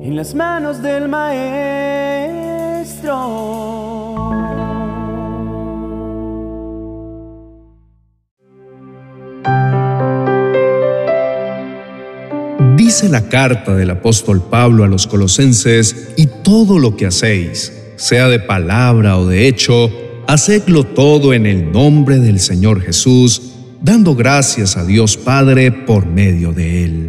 en las manos del Maestro. Dice la carta del apóstol Pablo a los colosenses: y todo lo que hacéis, sea de palabra o de hecho, hacedlo todo en el nombre del Señor Jesús, dando gracias a Dios Padre por medio de Él.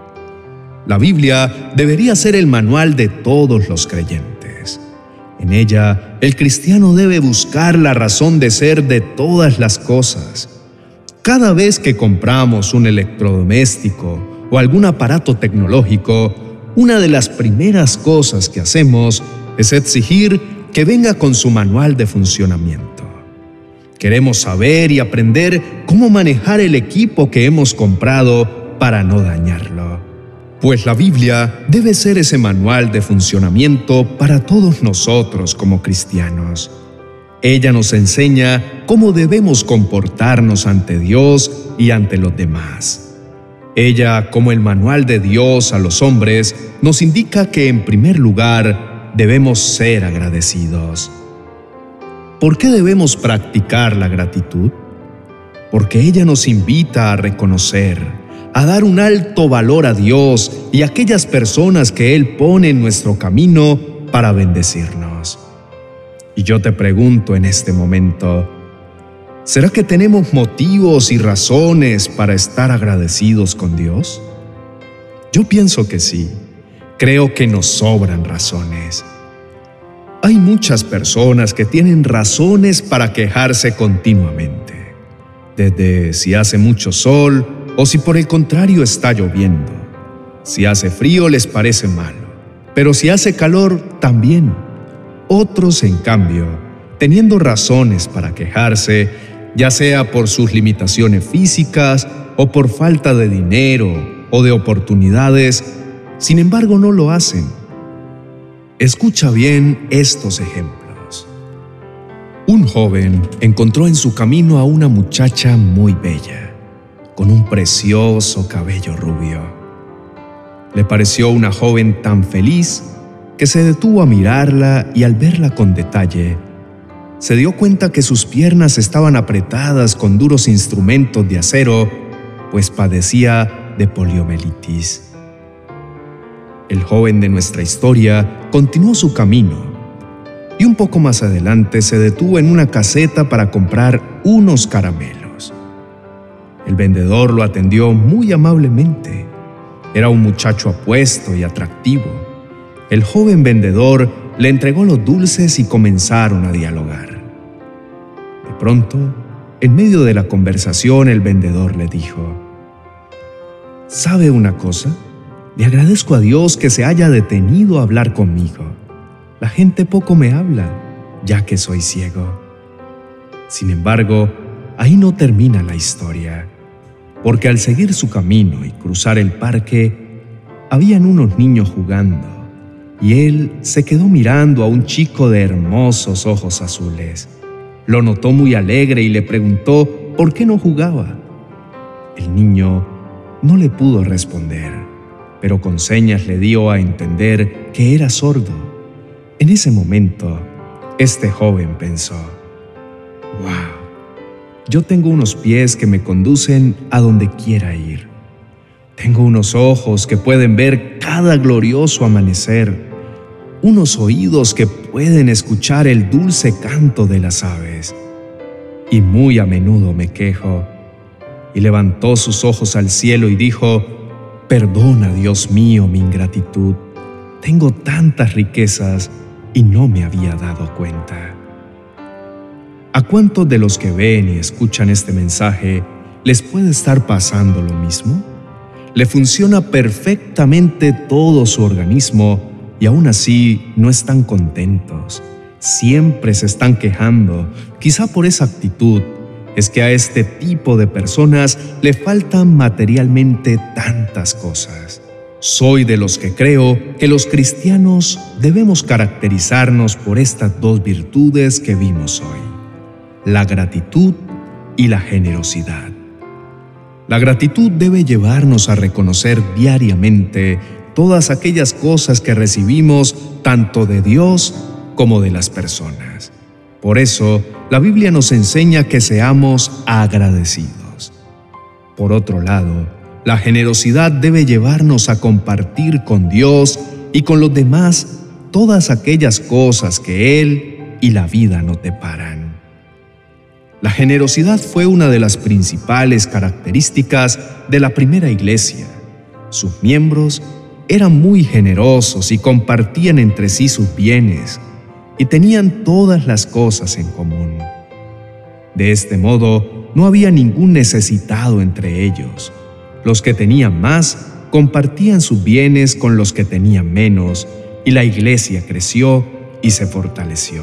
La Biblia debería ser el manual de todos los creyentes. En ella, el cristiano debe buscar la razón de ser de todas las cosas. Cada vez que compramos un electrodoméstico o algún aparato tecnológico, una de las primeras cosas que hacemos es exigir que venga con su manual de funcionamiento. Queremos saber y aprender cómo manejar el equipo que hemos comprado para no dañarlo. Pues la Biblia debe ser ese manual de funcionamiento para todos nosotros como cristianos. Ella nos enseña cómo debemos comportarnos ante Dios y ante los demás. Ella, como el manual de Dios a los hombres, nos indica que en primer lugar debemos ser agradecidos. ¿Por qué debemos practicar la gratitud? Porque ella nos invita a reconocer, a dar un alto valor a Dios y a aquellas personas que Él pone en nuestro camino para bendecirnos. Y yo te pregunto en este momento, ¿será que tenemos motivos y razones para estar agradecidos con Dios? Yo pienso que sí. Creo que nos sobran razones. Hay muchas personas que tienen razones para quejarse continuamente, desde si hace mucho sol o si por el contrario está lloviendo. Si hace frío les parece malo, pero si hace calor también. Otros, en cambio, teniendo razones para quejarse, ya sea por sus limitaciones físicas o por falta de dinero o de oportunidades, sin embargo no lo hacen. Escucha bien estos ejemplos. Un joven encontró en su camino a una muchacha muy bella, con un precioso cabello rubio. Le pareció una joven tan feliz que se detuvo a mirarla y al verla con detalle, se dio cuenta que sus piernas estaban apretadas con duros instrumentos de acero, pues padecía de poliomielitis. El joven de nuestra historia continuó su camino y un poco más adelante se detuvo en una caseta para comprar unos caramelos. El vendedor lo atendió muy amablemente. Era un muchacho apuesto y atractivo. El joven vendedor le entregó los dulces y comenzaron a dialogar. De pronto, en medio de la conversación, el vendedor le dijo: ¿sabe una cosa? Le agradezco a Dios que se haya detenido a hablar conmigo. La gente poco me habla, ya que soy ciego. Sin embargo, ahí no termina la historia, porque al seguir su camino y cruzar el parque, habían unos niños jugando, y él se quedó mirando a un chico de hermosos ojos azules. Lo notó muy alegre y le preguntó por qué no jugaba. El niño no le pudo responder, pero con señas le dio a entender que era sordo. En ese momento, este joven pensó: «¡Wow! Yo tengo unos pies que me conducen a donde quiera ir. Tengo unos ojos que pueden ver cada glorioso amanecer, unos oídos que pueden escuchar el dulce canto de las aves. Y muy a menudo me quejo». Y levantó sus ojos al cielo y dijo: «Perdona, Dios mío, mi ingratitud. Tengo tantas riquezas y no me había dado cuenta». ¿A cuántos de los que ven y escuchan este mensaje les puede estar pasando lo mismo? Le funciona perfectamente todo su organismo y aún así no están contentos. Siempre se están quejando. Quizá por esa actitud es que a este tipo de personas le faltan materialmente tantas cosas. Soy de los que creo que los cristianos debemos caracterizarnos por estas dos virtudes que vimos hoy: la gratitud y la generosidad. La gratitud debe llevarnos a reconocer diariamente todas aquellas cosas que recibimos tanto de Dios como de las personas. Por eso, la Biblia nos enseña que seamos agradecidos. Por otro lado, la generosidad debe llevarnos a compartir con Dios y con los demás todas aquellas cosas que Él y la vida nos deparan. La generosidad fue una de las principales características de la primera iglesia. Sus miembros eran muy generosos y compartían entre sí sus bienes, y tenían todas las cosas en común. De este modo, no había ningún necesitado entre ellos. Los que tenían más compartían sus bienes con los que tenían menos, y la iglesia creció y se fortaleció.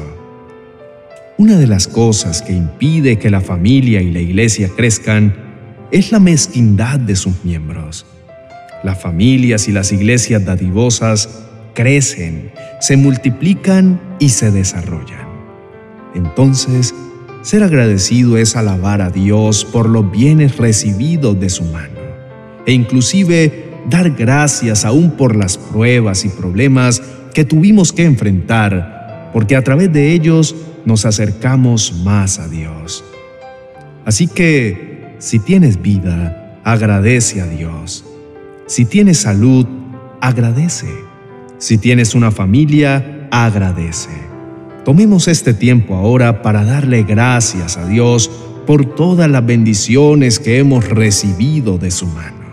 Una de las cosas que impide que la familia y la iglesia crezcan es la mezquindad de sus miembros. Las familias y las iglesias dadivosas crecen, se multiplican y se desarrollan. Entonces, ser agradecido es alabar a Dios por los bienes recibidos de su mano, e inclusive dar gracias aún por las pruebas y problemas que tuvimos que enfrentar, porque a través de ellos nos acercamos más a Dios. Así que, si tienes vida, agradece a Dios. Si tienes salud, agradece. Si tienes una familia, agradece. Tomemos este tiempo ahora para darle gracias a Dios por todas las bendiciones que hemos recibido de su mano.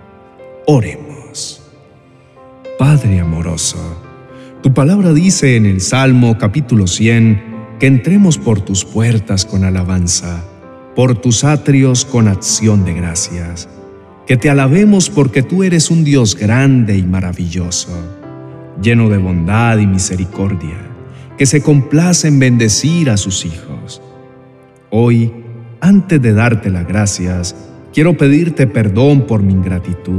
Oremos. Padre amoroso, tu palabra dice en el Salmo capítulo 100 que entremos por tus puertas con alabanza, por tus atrios con acción de gracias, que te alabemos porque tú eres un Dios grande y maravilloso, lleno de bondad y misericordia, que se complace en bendecir a sus hijos. Hoy, antes de darte las gracias, quiero pedirte perdón por mi ingratitud.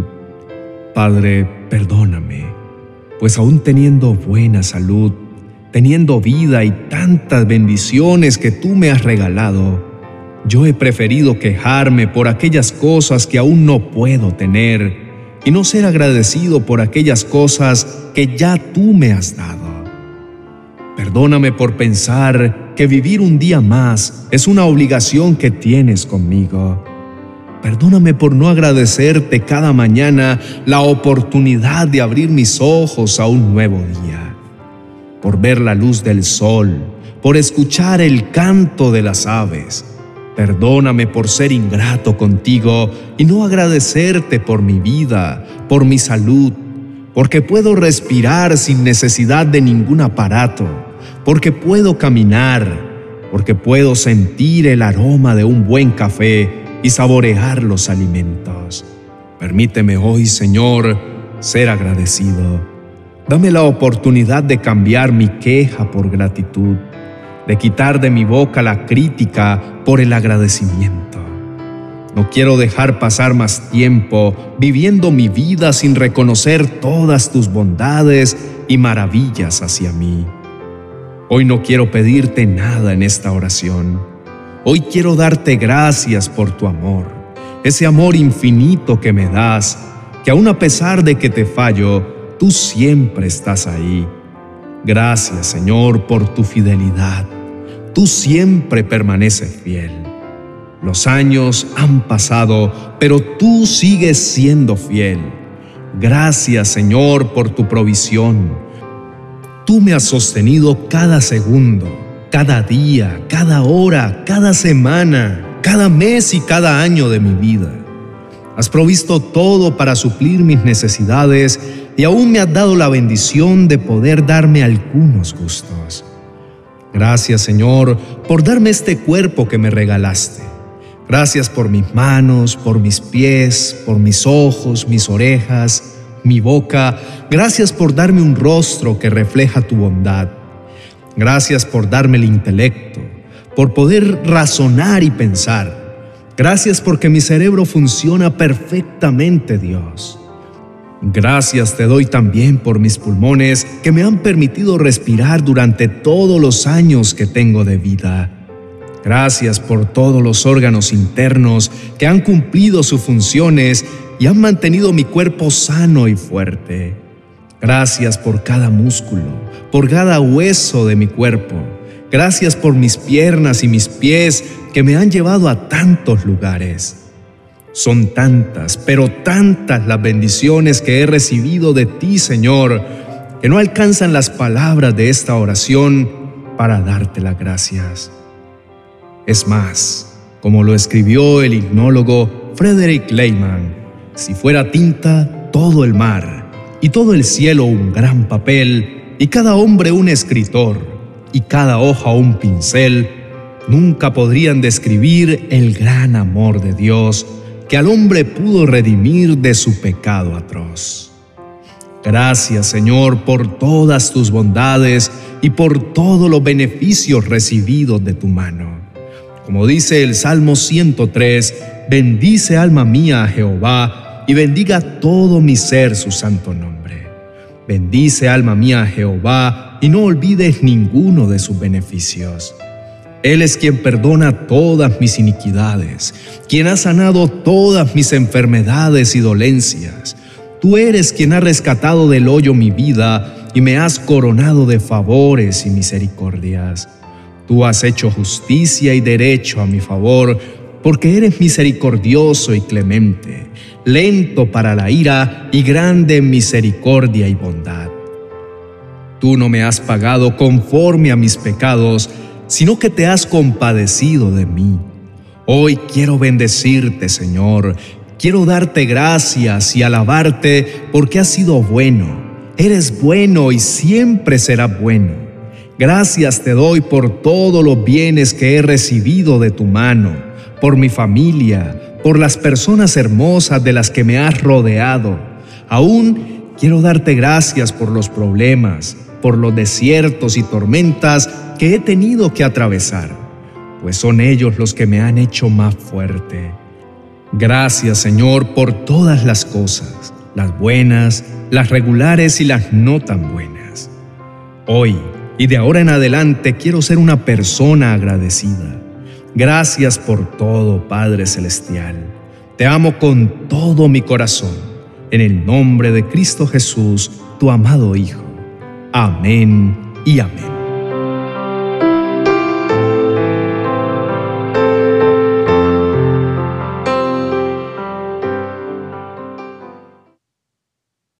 Padre, perdóname, pues aún teniendo buena salud, teniendo vida y tantas bendiciones que tú me has regalado, yo he preferido quejarme por aquellas cosas que aún no puedo tener y no ser agradecido por aquellas cosas que ya tú me has dado. Perdóname por pensar que vivir un día más es una obligación que tienes conmigo. Perdóname por no agradecerte cada mañana la oportunidad de abrir mis ojos a un nuevo día, por ver la luz del sol, por escuchar el canto de las aves. Perdóname por ser ingrato contigo y no agradecerte por mi vida, por mi salud, porque puedo respirar sin necesidad de ningún aparato, porque puedo caminar, porque puedo sentir el aroma de un buen café y saborear los alimentos. Permíteme hoy, Señor, ser agradecido. Dame la oportunidad de cambiar mi queja por gratitud, de quitar de mi boca la crítica por el agradecimiento. No quiero dejar pasar más tiempo viviendo mi vida sin reconocer todas tus bondades y maravillas hacia mí. Hoy no quiero pedirte nada en esta oración. Hoy quiero darte gracias por tu amor, ese amor infinito que me das, que aun a pesar de que te fallo, tú siempre estás ahí. Gracias, Señor, por tu fidelidad. Tú siempre permaneces fiel. Los años han pasado, pero tú sigues siendo fiel. Gracias, Señor, por tu provisión. Tú me has sostenido cada segundo, cada día, cada hora, cada semana, cada mes y cada año de mi vida. Has provisto todo para suplir mis necesidades y aún me has dado la bendición de poder darme algunos gustos. Gracias, Señor, por darme este cuerpo que me regalaste. Gracias por mis manos, por mis pies, por mis ojos, mis orejas, mi boca. Gracias por darme un rostro que refleja tu bondad. Gracias por darme el intelecto, por poder razonar y pensar. Gracias porque mi cerebro funciona perfectamente, Dios. Gracias te doy también por mis pulmones que me han permitido respirar durante todos los años que tengo de vida. Gracias por todos los órganos internos que han cumplido sus funciones y han mantenido mi cuerpo sano y fuerte. Gracias por cada músculo, por cada hueso de mi cuerpo. Gracias por mis piernas y mis pies que me han llevado a tantos lugares. Son tantas, pero tantas las bendiciones que he recibido de ti, Señor, que no alcanzan las palabras de esta oración para darte las gracias. Es más, como lo escribió el himnólogo Frederick Lehman, si fuera tinta todo el mar, y todo el cielo un gran papel, y cada hombre un escritor, y cada hoja un pincel, nunca podrían describir el gran amor de Dios que al hombre pudo redimir de su pecado atroz. Gracias, Señor, por todas tus bondades y por todos los beneficios recibidos de tu mano. Como dice el Salmo 103, bendice alma mía a Jehová y bendiga todo mi ser su santo nombre. Bendice alma mía a Jehová y no olvides ninguno de sus beneficios. Él es quien perdona todas mis iniquidades, quien ha sanado todas mis enfermedades y dolencias. Tú eres quien ha rescatado del hoyo mi vida y me has coronado de favores y misericordias. Tú has hecho justicia y derecho a mi favor, porque eres misericordioso y clemente, lento para la ira y grande en misericordia y bondad. Tú no me has pagado conforme a mis pecados, sino que te has compadecido de mí. Hoy quiero bendecirte, Señor. Quiero darte gracias y alabarte porque has sido bueno. Eres bueno y siempre serás bueno. Gracias te doy por todos los bienes que he recibido de tu mano, por mi familia, por las personas hermosas de las que me has rodeado. Aún quiero darte gracias por los problemas, por los desiertos y tormentas que he tenido que atravesar, pues son ellos los que me han hecho más fuerte. Gracias, Señor, por todas las cosas, las buenas, las regulares y las no tan buenas. Hoy y de ahora en adelante quiero ser una persona agradecida. Gracias por todo, Padre Celestial. Te amo con todo mi corazón. En el nombre de Cristo Jesús, tu amado Hijo. Amén y amén.